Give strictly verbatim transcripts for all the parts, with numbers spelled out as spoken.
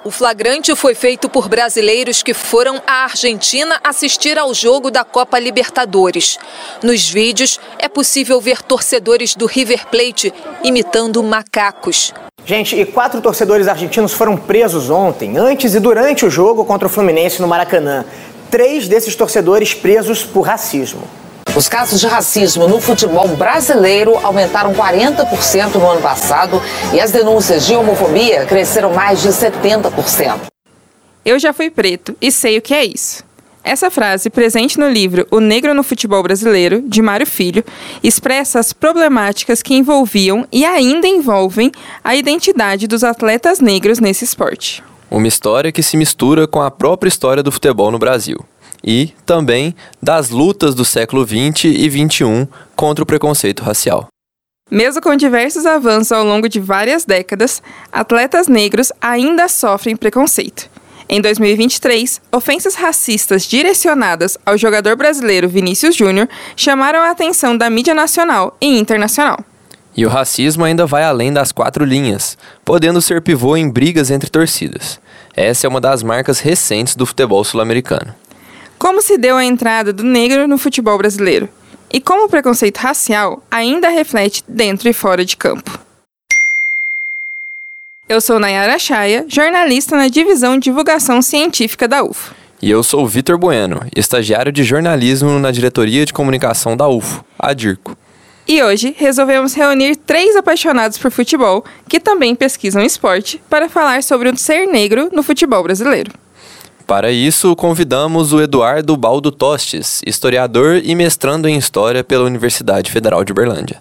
O flagrante foi feito por brasileiros que foram à Argentina assistir ao jogo da Copa Libertadores. Nos vídeos, é possível ver torcedores do River Plate imitando macacos. Gente, e quatro torcedores argentinos foram presos ontem, antes e durante o jogo contra o Fluminense no Maracanã. Três desses torcedores presos por racismo. Os casos de racismo no futebol brasileiro aumentaram quarenta por cento no ano passado e as denúncias de homofobia cresceram mais de setenta por cento. Eu já fui preto e sei o que é isso. Essa frase, presente no livro O Negro no Futebol Brasileiro, de Mário Filho, expressa as problemáticas que envolviam e ainda envolvem a identidade dos atletas negros nesse esporte. Uma história que se mistura com a própria história do futebol no Brasil. E, também, das lutas do século vinte e vinte e um contra o preconceito racial. Mesmo com diversos avanços ao longo de várias décadas, atletas negros ainda sofrem preconceito. Em dois mil e vinte e três, ofensas racistas direcionadas ao jogador brasileiro Vinícius Júnior chamaram a atenção da mídia nacional e internacional. E o racismo ainda vai além das quatro linhas, podendo ser pivô em brigas entre torcidas. Essa é uma das marcas recentes do futebol sul-americano. Como se deu a entrada do negro no futebol brasileiro? E como o preconceito racial ainda reflete dentro e fora de campo? Eu sou Nayara Chaya, jornalista na Divisão de Divulgação Científica da U F O. E eu sou Vitor Bueno, estagiário de jornalismo na Diretoria de Comunicação da U F O, a DIRCO. E hoje resolvemos reunir três apaixonados por futebol que também pesquisam esporte para falar sobre o ser negro no futebol brasileiro. Para isso, convidamos o Eduardo Baldo Tostes, historiador e mestrando em História pela Universidade Federal de Uberlândia.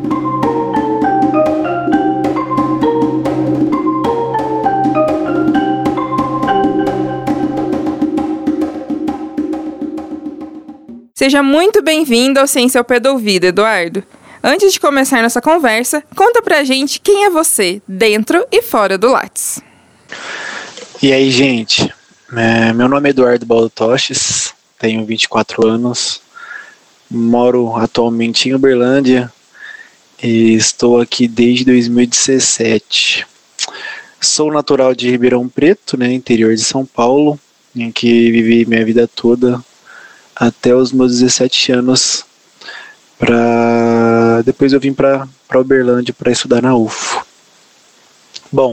Seja muito bem-vindo ao Ciência ao Pé do Ouvido, Eduardo. Antes de começar nossa conversa, conta pra gente quem é você, dentro e fora do Lattes. E aí, gente? É, meu nome é Eduardo Baldo Tostes, tenho vinte e quatro anos, moro atualmente em Uberlândia e estou aqui desde dois mil e dezessete. Sou natural de Ribeirão Preto, né, interior de São Paulo, em que vivi minha vida toda até os meus dezessete anos. Pra... Depois eu vim para Uberlândia para estudar na U F O. Bom,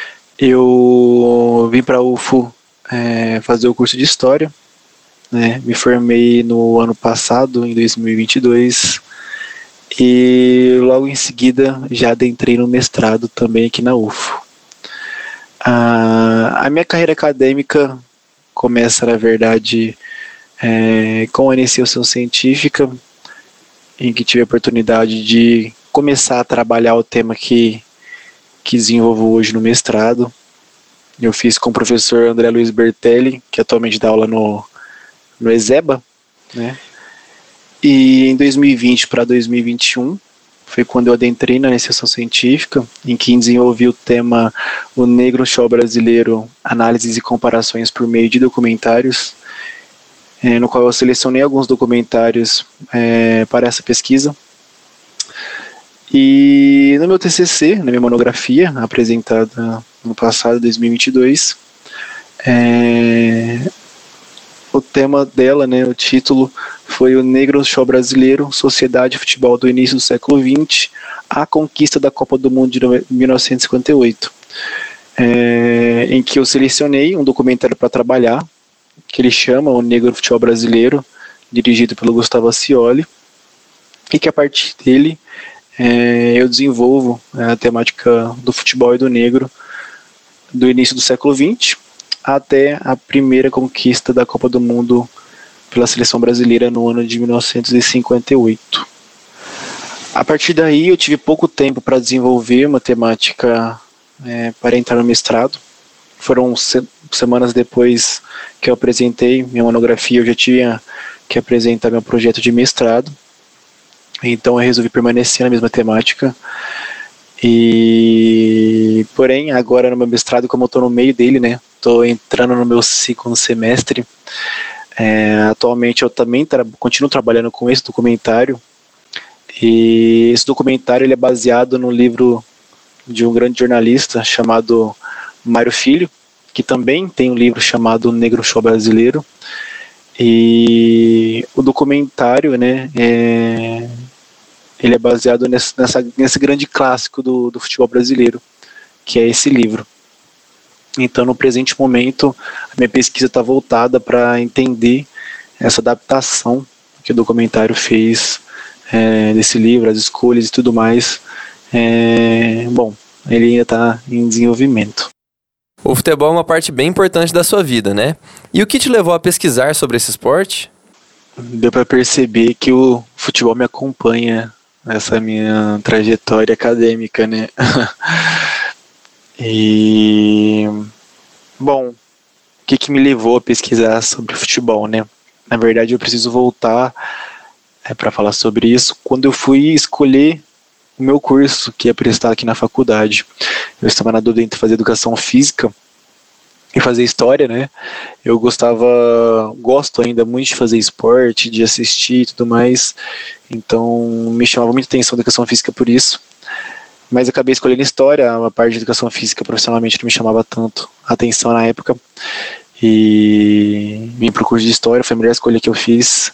eu vim para a U F O É, fazer o curso de História, né? Me formei no ano passado, em dois mil e vinte e dois, e logo em seguida já adentrei no mestrado também aqui na U F O. A, a minha carreira acadêmica começa, na verdade, é, com a iniciação científica, em que tive a oportunidade de começar a trabalhar o tema que, que desenvolvo hoje no mestrado. Eu fiz com o professor André Luiz Bertelli, que atualmente dá aula no, no ESEBA, né? E em dois mil e vinte para dois mil e vinte e um, foi quando eu adentrei na iniciação científica, em que desenvolvi o tema O Negro no Futebol Brasileiro, análises e comparações por meio de documentários, é, no qual eu selecionei alguns documentários é, para essa pesquisa. E no meu T C C, na minha monografia, apresentada no passado, dois mil e vinte e dois, é, o tema dela, né, o título, foi O Negro no Futebol Brasileiro, Sociedade e Futebol do Início do Século vinte, a Conquista da Copa do Mundo de mil novecentos e cinquenta e oito, é, em que eu selecionei um documentário para trabalhar, que ele chama O Negro no Futebol Brasileiro, dirigido pelo Gustavo Ascioli, e que a partir dele É, eu desenvolvo a temática do futebol e do negro do início do século vinte até a primeira conquista da Copa do Mundo pela seleção brasileira no ano de mil novecentos e cinquenta e oito. A partir daí eu tive pouco tempo para desenvolver uma temática é, para entrar no mestrado. Foram se semanas depois que eu apresentei minha monografia, eu já tinha que apresentar meu projeto de mestrado. Então eu resolvi permanecer na mesma temática. E porém, agora no meu mestrado, como eu estou no meio dele, né, estou entrando no meu segundo semestre, é, atualmente eu também tra continuo trabalhando com esse documentário. E esse documentário ele é baseado no livro de um grande jornalista chamado Mário Filho, que também tem um livro chamado Negro Show Brasileiro. E o documentário, né, é, ele é baseado nesse, nessa, nesse grande clássico do, do futebol brasileiro, que é esse livro. Então, no presente momento, a minha pesquisa está voltada para entender essa adaptação que o documentário fez é, desse livro, as escolhas e tudo mais. É, bom, ele ainda está em desenvolvimento. O futebol é uma parte bem importante da sua vida, né? E o que te levou a pesquisar sobre esse esporte? Deu para perceber que o futebol me acompanha nessa minha trajetória acadêmica, né? E, bom, o que, que me levou a pesquisar sobre futebol, né? Na verdade, eu preciso voltar é, para falar sobre isso. Quando eu fui escolher o meu curso que ia prestar aqui na faculdade, eu estava na dúvida entre fazer educação física e fazer história, né? Eu gostava, gosto ainda muito de fazer esporte, de assistir e tudo mais, então me chamava muita atenção a educação física por isso. Mas acabei escolhendo história, a parte de educação física profissionalmente não me chamava tanto a atenção na época, e vim para o curso de história, foi a melhor escolha que eu fiz,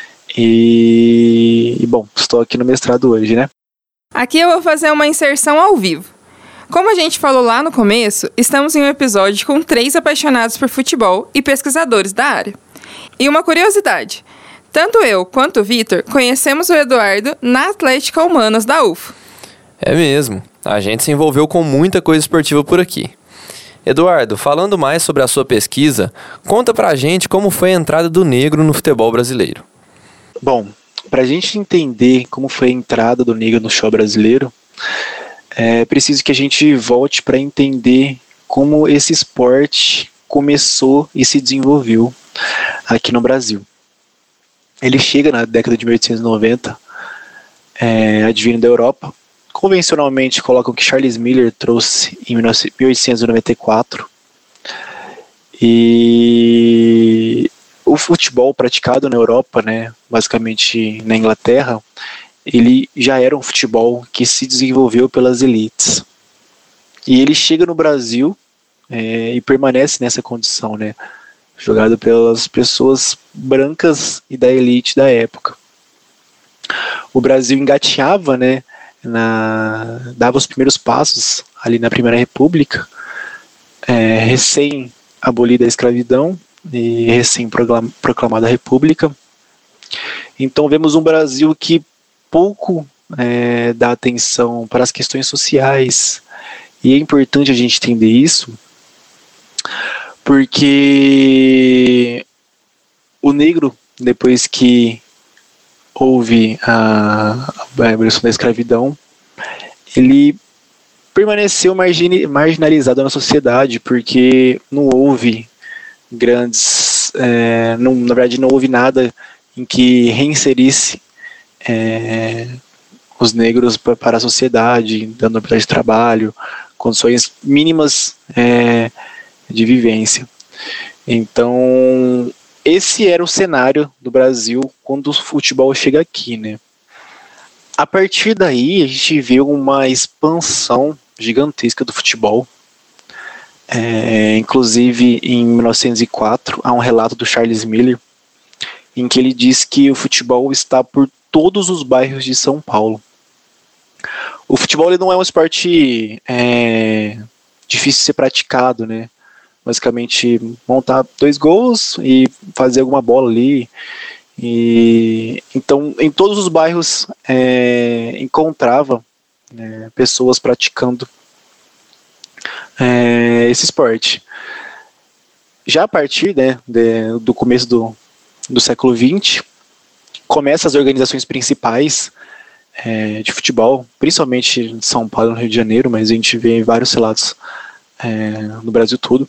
e, e bom, estou aqui no mestrado hoje, né? Aqui eu vou fazer uma inserção ao vivo. Como a gente falou lá no começo, estamos em um episódio com três apaixonados por futebol e pesquisadores da área. E uma curiosidade, tanto eu quanto o Vitor conhecemos o Eduardo na Atlética Humanas da U F. É mesmo, a gente se envolveu com muita coisa esportiva por aqui. Eduardo, falando mais sobre a sua pesquisa, conta pra gente como foi a entrada do negro no futebol brasileiro. Bom, para a gente entender como foi a entrada do negro no show brasileiro, é preciso que a gente volte para entender como esse esporte começou e se desenvolveu aqui no Brasil. Ele chega na década de mil oitocentos e noventa, é, advindo da Europa. Convencionalmente colocam que Charles Miller trouxe em mil oitocentos e noventa e quatro. E o futebol praticado na Europa, né, basicamente na Inglaterra, ele já era um futebol que se desenvolveu pelas elites. E ele chega no Brasil é, e permanece nessa condição, né, jogado pelas pessoas brancas e da elite da época. O Brasil engateava, né, na, dava os primeiros passos ali na Primeira República, é, recém abolida a escravidão e recém-proclamada a República. Então vemos um Brasil que pouco é, dá atenção para as questões sociais, e é importante a gente entender isso, porque o negro, depois que houve a, a abolição da escravidão, ele permaneceu margin, marginalizado na sociedade, porque não houve grandes, é, não, na verdade não houve nada em que reinserisse é, os negros pra, para a sociedade, dando oportunidade de trabalho, condições mínimas é, de vivência. Então, esse era o cenário do Brasil quando o futebol chega aqui, né? A partir daí, a gente vê uma expansão gigantesca do futebol. É, inclusive, em mil novecentos e quatro, há um relato do Charles Miller, em que ele diz que o futebol está por todos os bairros de São Paulo. O futebol ele não é um esporte é, difícil de ser praticado, né? Basicamente, montar dois gols e fazer alguma bola ali. E, então, em todos os bairros é, encontrava é, pessoas praticando é, esse esporte. Já a partir, né, de, do começo do, do século vinte, começam as organizações principais é, de futebol, principalmente em São Paulo e no Rio de Janeiro, mas a gente vê vários relatos é, no Brasil todo.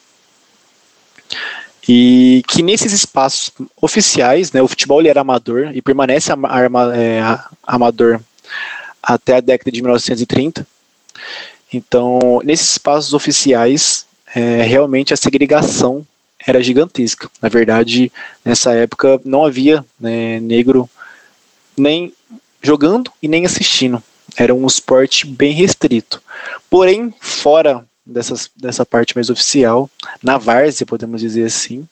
E que nesses espaços oficiais, né, o futebol ele era amador e permanece ama, é, amador até a década de mil novecentos e trinta. Então, nesses espaços oficiais, é, realmente a segregação era gigantesca. Na verdade, nessa época não havia, né, negro nem jogando e nem assistindo. Era um esporte bem restrito. Porém, fora dessas, dessa parte mais oficial, na várzea, podemos dizer assim,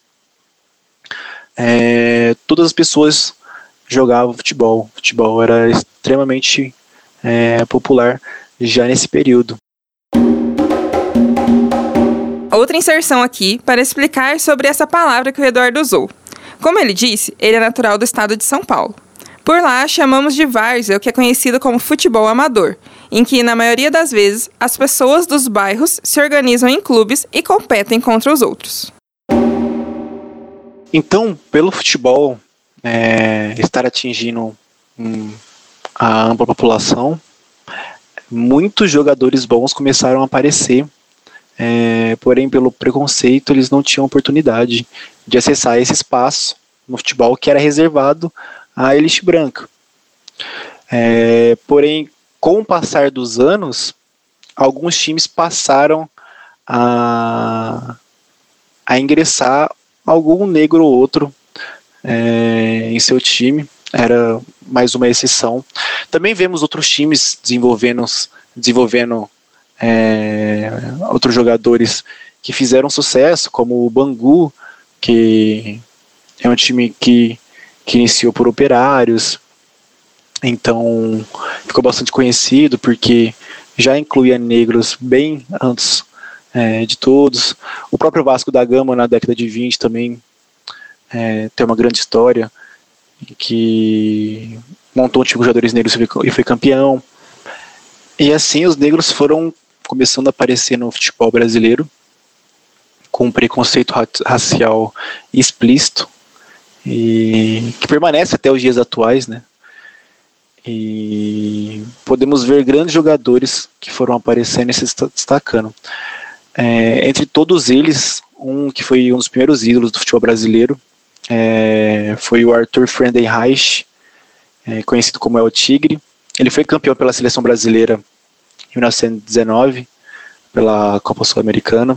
é, todas as pessoas jogavam futebol. O futebol era extremamente é, popular já nesse período. Outra inserção aqui para explicar sobre essa palavra que o Eduardo usou. Como ele disse, ele é natural do estado de São Paulo. Por lá, chamamos de várzea o que é conhecido como futebol amador, em que, na maioria das vezes, as pessoas dos bairros se organizam em clubes e competem contra os outros. Então, pelo futebol é, estar atingindo hum, a ampla população, muitos jogadores bons começaram a aparecer, é, porém, pelo preconceito, eles não tinham oportunidade de acessar esse espaço no futebol que era reservado à elite branca. É, porém, com o passar dos anos, alguns times passaram a, a ingressar algum negro ou outro é, em seu time. Era mais uma exceção. Também vemos outros times desenvolvendo, desenvolvendo é, outros jogadores que fizeram sucesso, como o Bangu, que é um time que, que iniciou por operários, então ficou bastante conhecido porque já incluía negros bem antes é, de todos. O próprio Vasco da Gama, na década de vinte, também é, tem uma grande história, que montou um time de jogadores negros e foi campeão. E assim os negros foram começando a aparecer no futebol brasileiro, com um preconceito racial explícito, e que permanece até os dias atuais, né? E podemos ver grandes jogadores que foram aparecendo e se destacando. É, entre todos eles, um que foi um dos primeiros ídolos do futebol brasileiro é, foi o Arthur Friedenreich, é, conhecido como El Tigre. Ele foi campeão pela seleção brasileira em mil novecentos e dezenove, pela Copa Sul-Americana,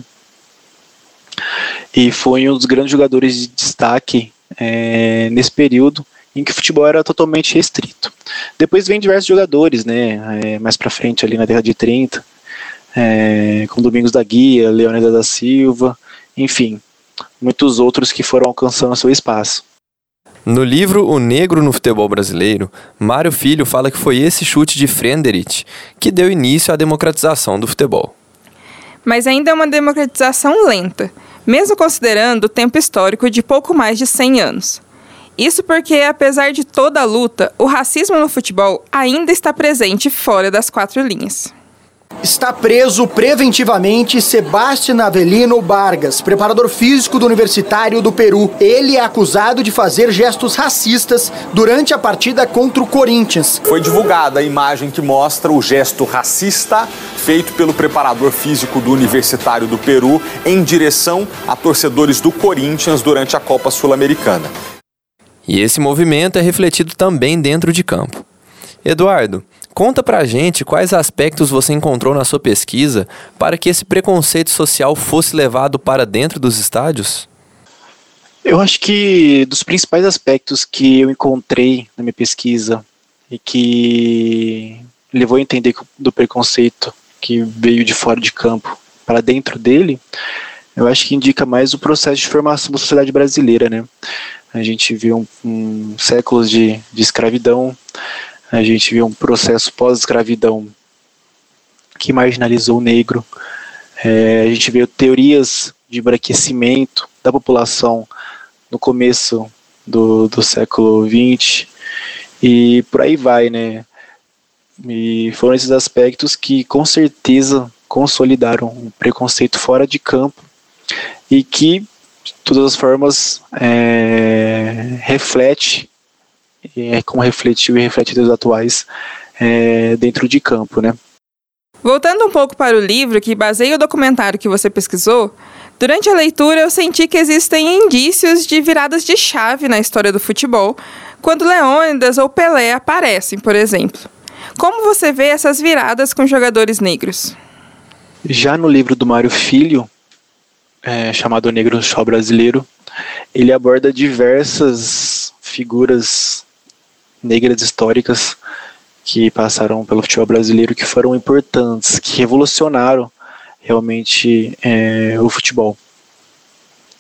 e foi um dos grandes jogadores de destaque é, nesse período em que o futebol era totalmente restrito. Depois vem diversos jogadores, né, é, mais pra frente, ali na década de trinta, é, como Domingos da Guia, Leônidas da Silva, enfim, muitos outros que foram alcançando seu espaço. No livro O Negro no Futebol Brasileiro, Mário Filho fala que foi esse chute de Friedrich que deu início à democratização do futebol. Mas ainda é uma democratização lenta, mesmo considerando o tempo histórico de pouco mais de cem anos. Isso porque, apesar de toda a luta, o racismo no futebol ainda está presente fora das quatro linhas. Está preso preventivamente Sebastián Avelino Vargas, preparador físico do Universitário do Peru. Ele é acusado de fazer gestos racistas durante a partida contra o Corinthians. Foi divulgada a imagem que mostra o gesto racista feito pelo preparador físico do Universitário do Peru em direção a torcedores do Corinthians durante a Copa Sul-Americana. E esse movimento é refletido também dentro de campo. Eduardo, conta pra gente quais aspectos você encontrou na sua pesquisa para que esse preconceito social fosse levado para dentro dos estádios? Eu acho que dos principais aspectos que eu encontrei na minha pesquisa e que levou a entender do preconceito que veio de fora de campo para dentro dele, eu acho que indica mais o processo de formação da sociedade brasileira, né? A gente viu um, um séculos de, de escravidão, a gente viu um processo pós-escravidão que marginalizou o negro, é, a gente viu teorias de embranquecimento da população no começo do, do século vinte, e por aí vai, né? E foram esses aspectos que com certeza consolidaram o preconceito fora de campo e que, de todas as formas, é, reflete, é, como refletiu e reflete dos atuais, é, dentro de campo, né? Voltando um pouco para o livro que baseia o documentário que você pesquisou, durante a leitura eu senti que existem indícios de viradas de chave na história do futebol, quando Leônidas ou Pelé aparecem, por exemplo. Como você vê essas viradas com jogadores negros? Já no livro do Mário Filho, é, chamado O Negro no Futebol Brasileiro, ele aborda diversas figuras negras históricas que passaram pelo futebol brasileiro, que foram importantes, que revolucionaram realmente é, o futebol.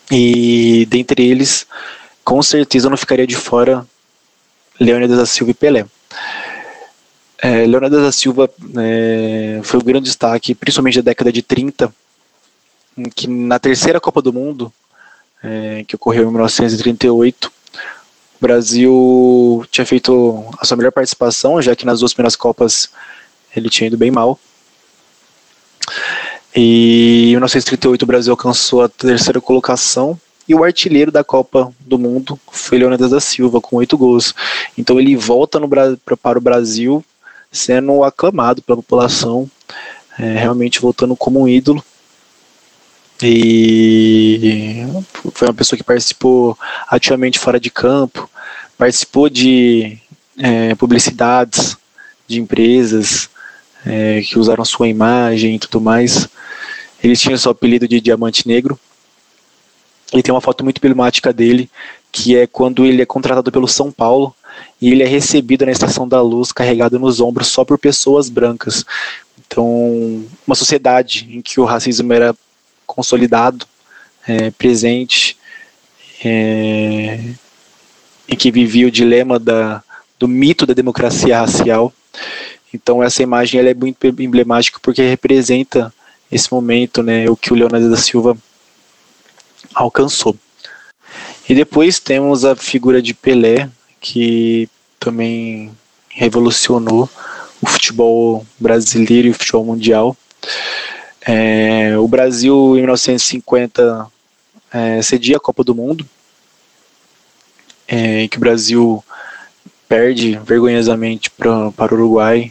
E dentre eles, com certeza não ficaria de fora Leônidas da Silva e Pelé. É, Leônidas da Silva é, foi um grande destaque, principalmente da década de trinta, em que na terceira Copa do Mundo, é, que ocorreu em mil novecentos e trinta e oito, o Brasil tinha feito a sua melhor participação, já que nas duas primeiras Copas ele tinha ido bem mal. E em mil novecentos e trinta e oito o Brasil alcançou a terceira colocação e o artilheiro da Copa do Mundo foi Leônidas da Silva, com oito gols. Então ele volta no, para o Brasil sendo aclamado pela população, é, realmente voltando como um ídolo. E foi uma pessoa que participou ativamente fora de campo, participou de é, publicidades de empresas é, que usaram sua imagem e tudo mais. Ele tinha seu apelido de Diamante Negro. E tem uma foto muito emblemática dele, que é quando ele é contratado pelo São Paulo e ele é recebido na Estação da Luz, carregado nos ombros só por pessoas brancas. Então, uma sociedade em que o racismo era consolidado, é, presente, é, em que vivia o dilema da, do mito da democracia racial. Então essa imagem ela é muito emblemática porque representa esse momento, né, o que o Leônidas da Silva alcançou. E depois temos a figura de Pelé, que também revolucionou o futebol brasileiro e o futebol mundial. É, o Brasil, em mil novecentos e cinquenta, é, cedia a Copa do Mundo, é, em que o Brasil perde vergonhosamente pra, para o Uruguai.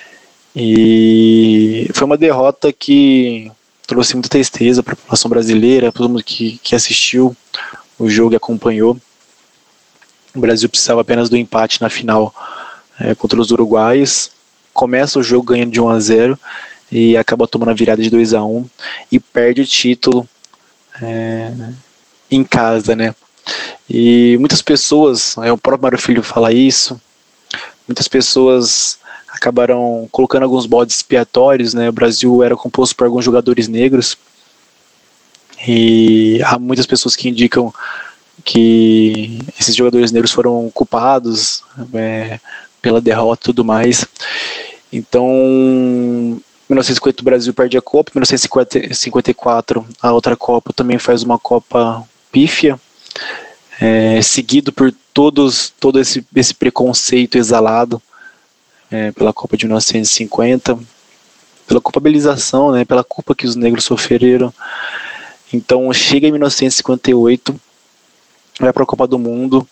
E foi uma derrota que trouxe muita tristeza para a população brasileira, todo mundo que, que assistiu o jogo e acompanhou. O Brasil precisava apenas do empate na final é, contra os uruguaios. Começa o jogo ganhando de um a zero e acaba tomando a virada de dois a um e perde o título é, em casa, né? E muitas pessoas, é, o próprio Mário Filho fala isso, muitas pessoas acabaram colocando alguns bodes expiatórios, né? O Brasil era composto por alguns jogadores negros e há muitas pessoas que indicam que esses jogadores negros foram culpados é, pela derrota e tudo mais. Então, em mil novecentos e cinquenta o Brasil perde a Copa, em mil novecentos e cinquenta e quatro a outra Copa também faz uma Copa pífia, é, seguido por todos, todo esse, esse preconceito exalado é, pela Copa de mil novecentos e cinquenta, pela culpabilização, né, pela culpa que os negros sofreram. Então chega em mil novecentos e cinquenta e oito, vai para a Copa do Mundo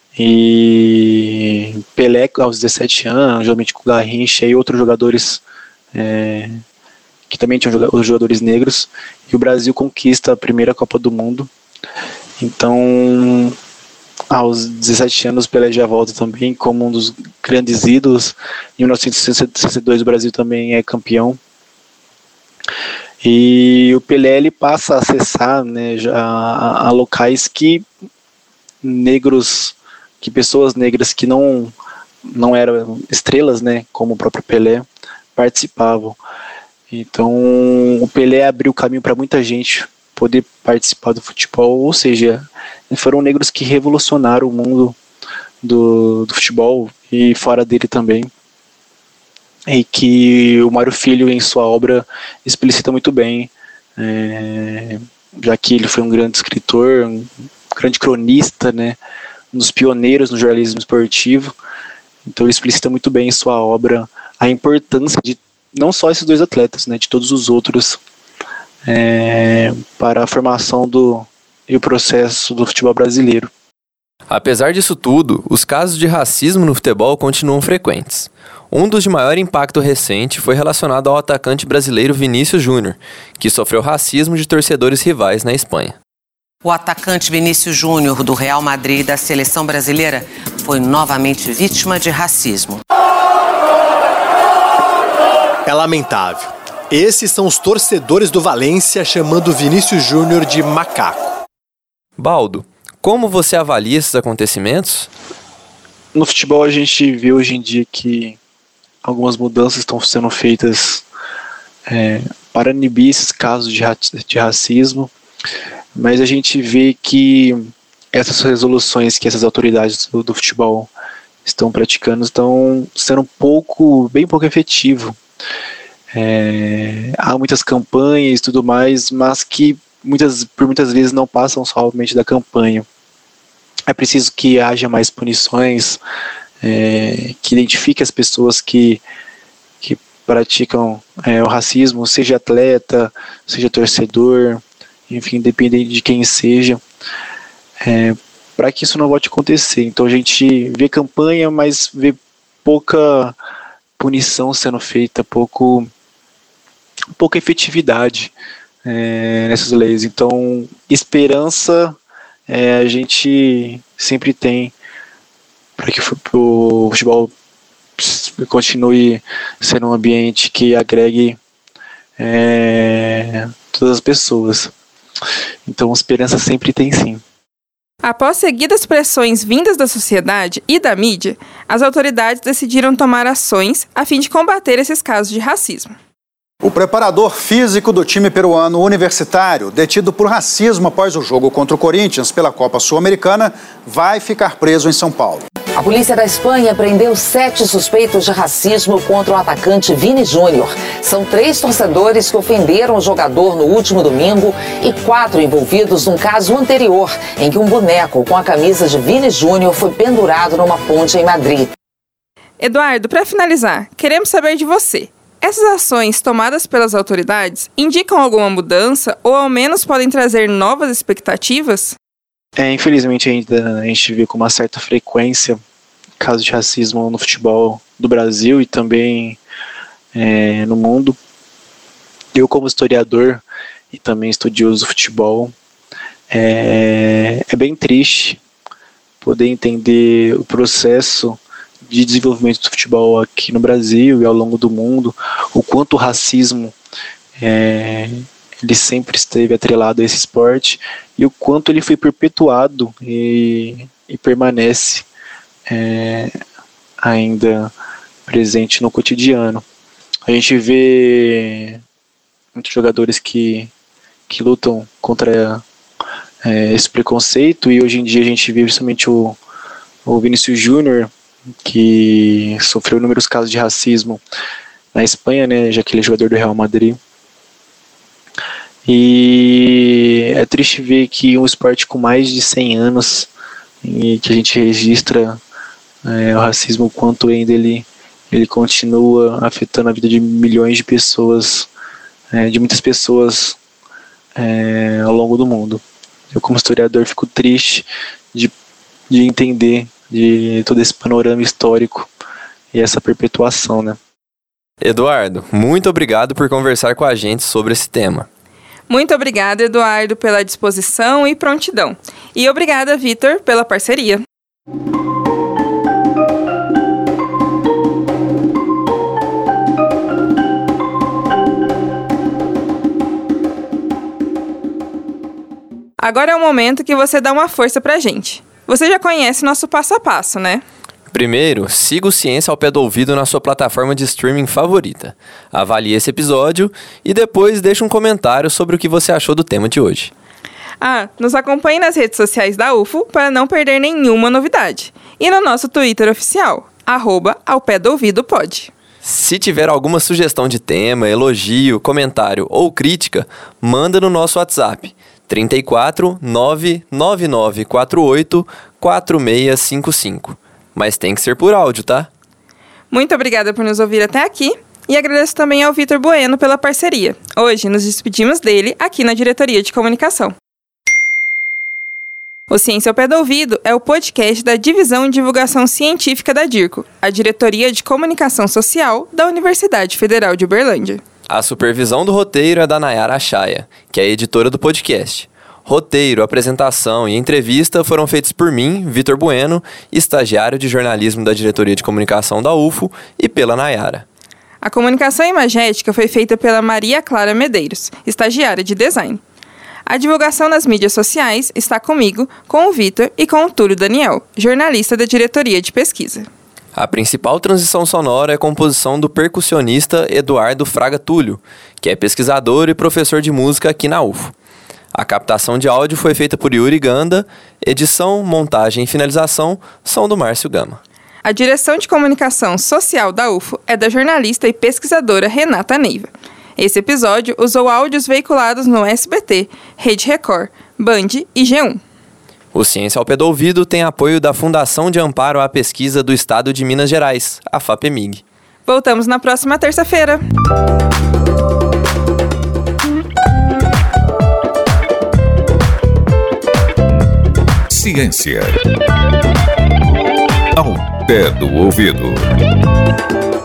e Pelé aos dezessete anos, geralmente com Garrincha e outros jogadores é, que também tinham os jogadores negros, e o Brasil conquista a primeira Copa do Mundo. Então aos dezessete anos Pelé já volta também como um dos grandes ídolos. Em mil novecentos e sessenta e dois o Brasil também é campeão. E o Pelé ele passa a acessar, né, já, a, a locais que negros, que pessoas negras que não, não eram estrelas, né, como o próprio Pelé, participavam. Então o Pelé abriu o caminho para muita gente poder participar do futebol, ou seja, foram negros que revolucionaram o mundo do, do futebol e fora dele também. E que o Mário Filho, em sua obra, explicita muito bem, é, já que ele foi um grande escritor, um grande cronista, né, um dos pioneiros no jornalismo esportivo. Então ele explicita muito bem em sua obra a importância de não só esses dois atletas, né, de todos os outros, é, para a formação do, e o processo do futebol brasileiro. Apesar disso tudo, os casos de racismo no futebol continuam frequentes. Um dos de maior impacto recente foi relacionado ao atacante brasileiro Vinícius Júnior, que sofreu racismo de torcedores rivais na Espanha. O atacante Vinícius Júnior, do Real Madrid e da seleção brasileira, foi novamente vítima de racismo. É lamentável. Esses são os torcedores do Valência chamando Vinícius Júnior de macaco. Baldo, como você avalia esses acontecimentos? No futebol a gente vê hoje em dia que algumas mudanças estão sendo feitas é, para inibir esses casos de, ra- de racismo. mas a gente vê que essas resoluções que essas autoridades do, do futebol estão praticando estão sendo um pouco, bem pouco efetivo. É, há muitas campanhas e tudo mais, mas que muitas, por muitas vezes não passam somente da campanha. É preciso que haja mais punições, é, que identifique as pessoas que, que praticam é, o racismo, seja atleta, seja torcedor, enfim, independente de quem seja, é, para que isso não volte a acontecer. Então a gente vê campanha, mas vê pouca punição sendo feita, pouco, pouca efetividade é, nessas leis. Então, esperança é, a gente sempre tem para que o futebol continue sendo um ambiente que agregue é, todas as pessoas. Então, esperança sempre tem, sim. Após seguidas pressões vindas da sociedade e da mídia, as autoridades decidiram tomar ações a fim de combater esses casos de racismo. O preparador físico do time peruano Universitário, detido por racismo após o jogo contra o Corinthians pela Copa Sul-Americana, vai ficar preso em São Paulo. A polícia da Espanha prendeu sete suspeitos de racismo contra o atacante Vini Júnior. São três torcedores que ofenderam o jogador no último domingo e quatro envolvidos num caso anterior, em que um boneco com a camisa de Vini Júnior foi pendurado numa ponte em Madrid. Eduardo, para finalizar, queremos saber de você. Essas ações tomadas pelas autoridades indicam alguma mudança ou ao menos podem trazer novas expectativas? É, infelizmente ainda a gente vê com uma certa frequência casos de racismo no futebol do Brasil e também é, no mundo. Eu, como historiador e também estudioso do futebol, é, é bem triste poder entender o processo de desenvolvimento do futebol aqui no Brasil e ao longo do mundo, o quanto o racismo é, ele sempre esteve atrelado a esse esporte e o quanto ele foi perpetuado e, e permanece é, ainda presente no cotidiano. A gente vê muitos jogadores que, que lutam contra é, esse preconceito e hoje em dia a gente vê principalmente o, o Vinícius Júnior, que sofreu inúmeros casos de racismo na Espanha, né, já que ele é jogador do Real Madrid. E é triste ver que um esporte com mais de cem anos e que a gente registra é, o racismo, o quanto ainda ele, ele continua afetando a vida de milhões de pessoas, é, de muitas pessoas é, ao longo do mundo. Eu, como historiador, fico triste de, de entender de todo esse panorama histórico e essa perpetuação, né? Eduardo, muito obrigado por conversar com a gente sobre esse tema. Muito obrigada, Eduardo, pela disposição e prontidão. E obrigada, Vitor, pela parceria. Agora é o momento que você dá uma força pra gente. Você já conhece nosso passo a passo, né? Primeiro, siga o Ciência ao Pé do Ouvido na sua plataforma de streaming favorita. Avalie esse episódio e depois deixe um comentário sobre o que você achou do tema de hoje. Ah, nos acompanhe nas redes sociais da U F O para não perder nenhuma novidade. E no nosso Twitter oficial, arroba ao pé do ouvido pode. Se tiver alguma sugestão de tema, elogio, comentário ou crítica, manda no nosso WhatsApp trinta e quatro, nove nove nove quatro oito, quatro seis cinco cinco. Mas tem que ser por áudio, tá? Muito obrigada por nos ouvir até aqui e agradeço também ao Vitor Bueno pela parceria. Hoje nos despedimos dele aqui na Diretoria de Comunicação. O Ciência ao Pé do Ouvido é o podcast da Divisão de Divulgação Científica da DIRCO, a Diretoria de Comunicação Social da Universidade Federal de Uberlândia. A supervisão do roteiro é da Nayara Achaia, que é a editora do podcast. Roteiro, apresentação e entrevista foram feitos por mim, Vitor Bueno, estagiário de jornalismo da Diretoria de Comunicação da U F O, e pela Nayara. A comunicação imagética foi feita pela Maria Clara Medeiros, estagiária de design. A divulgação nas mídias sociais está comigo, com o Vitor e com o Túlio Daniel, jornalista da Diretoria de Pesquisa. A principal transição sonora é a composição do percussionista Eduardo Fraga Túlio, que é pesquisador e professor de música aqui na U F O. A captação de áudio foi feita por Yuri Ganda, edição, montagem e finalização são do Márcio Gama. A direção de comunicação social da U F O é da jornalista e pesquisadora Renata Neiva. Esse episódio usou áudios veiculados no S B T, Rede Record, Band e G um. O Ciência ao Pé do Ouvido tem apoio da Fundação de Amparo à Pesquisa do Estado de Minas Gerais, a FAPEMIG. Voltamos na próxima terça-feira. Ciência ao pé do ouvido.